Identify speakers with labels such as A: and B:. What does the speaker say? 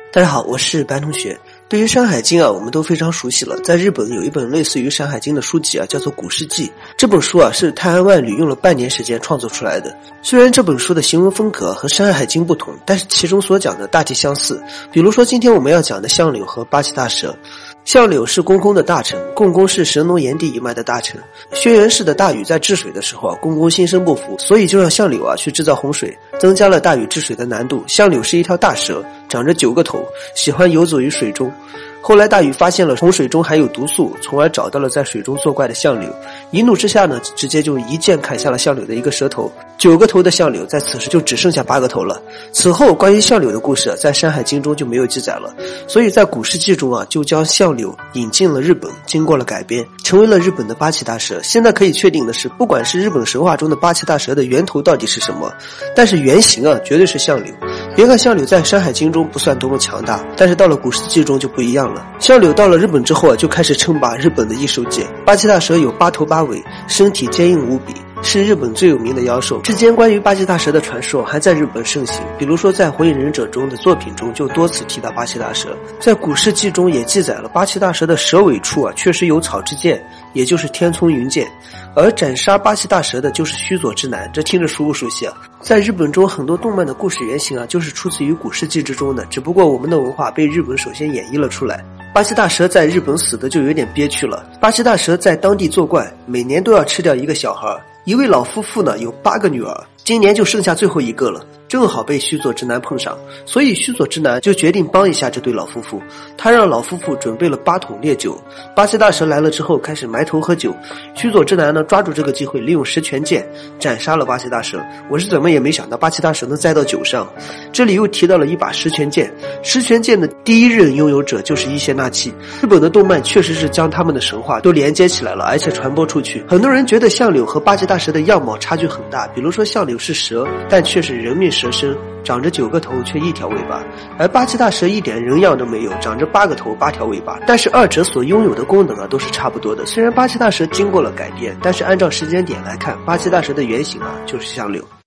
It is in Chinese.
A: 大家好，我是白同学。对于《山海经》我们都非常熟悉了。在日本有一本类似于《山海经》的书籍叫做《古世记》。这本书是太安万里用了半年时间创作出来的。虽然这本书的行文风格和《山海经》不同，但是其中所讲的大体相似。比如说今天我们要讲的相柳和八岐大蛇。相柳是共工的大臣，共工是神农炎帝一脉的大臣。轩辕氏的大禹在治水的时候共工心生不服，所以就让相柳去制造洪水，增加了大禹治水的难度。相柳是一条大蛇，长着9个头，喜欢游走于水中。后来大禹发现了洪水中含有毒素，从而找到了在水中作怪的相柳，一怒之下直接就一剑砍下了相柳的一个舌头。9个头的相柳在此时就只剩下8个头了。此后关于相柳的故事在《山海经》中就没有记载了，所以在古世纪中就将相柳引进了日本，经过了改编，成为了日本的八岐大蛇。现在可以确定的是，不管是日本神话中的八岐大蛇的源头到底是什么，但是原型绝对是相柳。别看相柳在《山海经》中不算多么强大，但是到了古世纪中就不一样了。相柳到了日本之后就开始称霸日本的异兽界。八岐大蛇有8头8尾，身体坚硬无比，是日本最有名的妖兽。之间关于八岐大蛇的传说还在日本盛行，比如说在《火影忍者》中的作品中就多次提到八岐大蛇。在古世纪中也记载了八岐大蛇的蛇尾处确实有草之剑，也就是天聪云剑，而斩杀八岐大蛇的就是须佐之男。这听着熟不熟悉在日本中很多动漫的故事原型就是出自于古世纪之中的，只不过我们的文化被日本首先演绎了出来。八岐大蛇在日本死的就有点憋屈了。八岐大蛇在当地作怪，每年都要吃掉一个小孩。一位老夫妇有8个女儿，今年就剩下最后一个了，正好被须佐之男碰上，所以须佐之男就决定帮一下这对老夫妇。他让老夫妇准备了8桶烈酒，八岐大蛇来了之后开始埋头喝酒。须佐之男抓住这个机会，利用十拳剑斩杀了八岐大蛇。我是怎么也没想到八岐大蛇能栽到酒上。这里又提到了一把十拳剑，十拳剑的第一任拥有者就是伊邪那岐。日本的动漫确实是将他们的神话都连接起来了，而且传播出去。很多人觉得相柳和八岐大蛇的样貌差距很大，比如说相柳是蛇，但却是人面蛇身，长着9个头却1条尾巴，而八岐大蛇一点人样都没有，长着8个头8条尾巴。但是二者所拥有的功能都是差不多的。虽然八岐大蛇经过了改变，但是按照时间点来看，八岐大蛇的原型就是相柳。